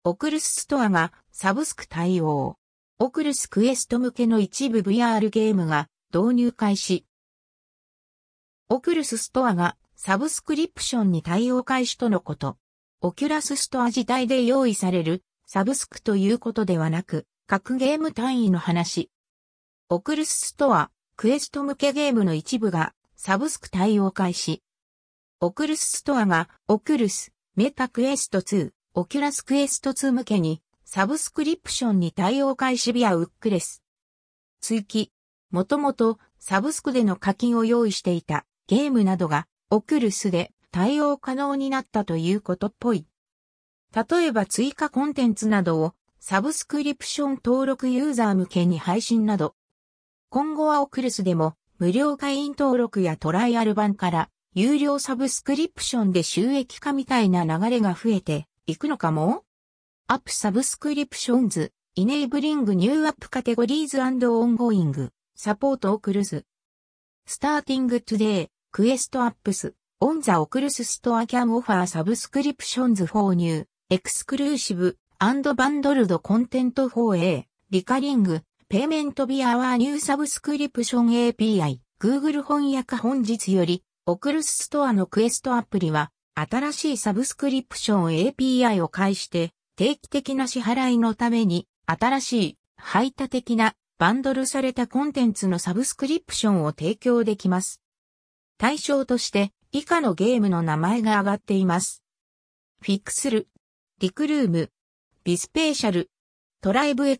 オクルスストアがサブスク対応。オクルスクエスト向けの一部 VR ゲームが導入開始。オクルスストアがサブスクリプションに対応開始とのこと。オキュラスストア自体で用意されるサブスクということではなく、各ゲーム単位の話。オクルスストア、クエスト向けゲームの一部がサブスク対応開始。オクルスストアがオクルス、メタクエスト2、オキュラスクエスト2向けにサブスクリプションに対応開始ビアウックレス。追記。もともとサブスクでの課金を用意していたゲームなどがオクルスで対応可能になったということっぽい。例えば追加コンテンツなどをサブスクリプション登録ユーザー向けに配信など。今後はオクルスでも無料会員登録やトライアル版から有料サブスクリプションで収益化みたいな流れが増えていくのかも？App Subscriptions, Enabling New App Categories and Ongoing, Support Oculus. Starting today, Quest Apps on the Oculus Store can offer subscriptions for new, exclusive, and bundled content for a recurring payment via our new subscription API. Google 翻訳本日より、Oculus Store の Quest アプリは、新しいサブスクリプション API を介して、定期的な支払いのために、新しい、排他的な、バンドルされたコンテンツのサブスクリプションを提供できます。対象として、以下のゲームの名前が挙がっています。フィクスル、リクルーム、ビスペーシャル、トライブ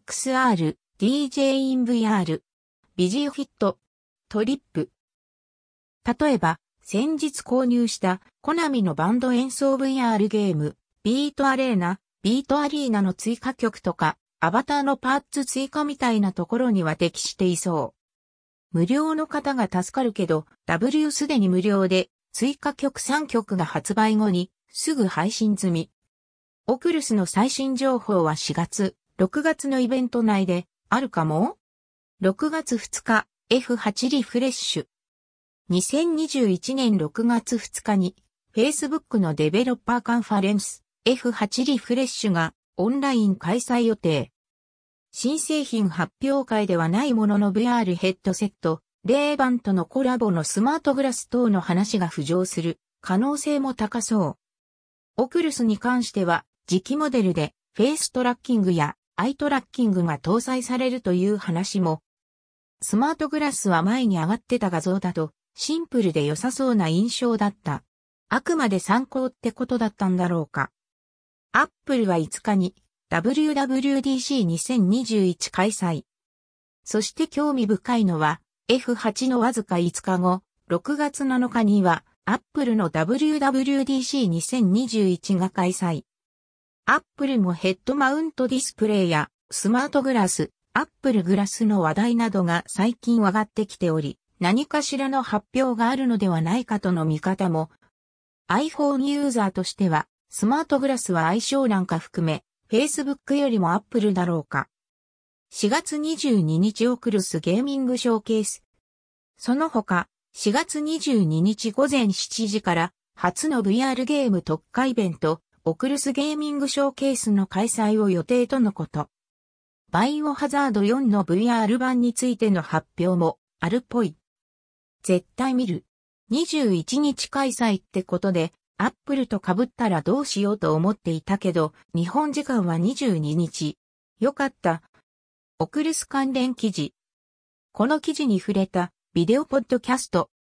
XR、DJ イン VR、ビジーフィット、トリップ。例えば、先日購入したコナミのバンド演奏 VR ゲーム、ビートアリーナの追加曲とか、アバターのパーツ追加みたいなところには適していそう。無料の方が助かるけど、W すでに無料で、追加曲3曲が発売後に、すぐ配信済み。オクルスの最新情報は4月、6月のイベント内で、あるかも？ 6 月2日、F8 リフレッシュ。2021年6月2日に、Facebook のデベロッパーカンファレンス、F8 リフレッシュがオンライン開催予定。新製品発表会ではないものの VR ヘッドセット、レーバンとのコラボのスマートグラス等の話が浮上する可能性も高そう。オクルスに関しては、次期モデルでフェイストラッキングやアイトラッキングが搭載されるという話も。スマートグラスは前に上がってた画像だと、シンプルで良さそうな印象だった。あくまで参考ってことだったんだろうか。アップルは5日に WWDC2021 開催。そして興味深いのは F8 のわずか5日後、6月7日にはアップルの WWDC2021 が開催。アップルもヘッドマウントディスプレイやスマートグラス、アップルグラスの話題などが最近上がってきており、何かしらの発表があるのではないかとの見方も、iPhone ユーザーとしては、スマートグラスは相性なんか含め、Facebook よりも Apple だろうか。4月22日オクルスゲーミングショーケース。その他、4月22日午前7時から初の VR ゲーム特化イベント、オクルスゲーミングショーケースの開催を予定とのこと。バイオハザード4の VR 版についての発表もあるっぽい。絶対見る。21日開催ってことで、アップルと被ったらどうしようと思っていたけど、日本時間は22日。よかった。オクルス関連記事。この記事に触れたビデオポッドキャスト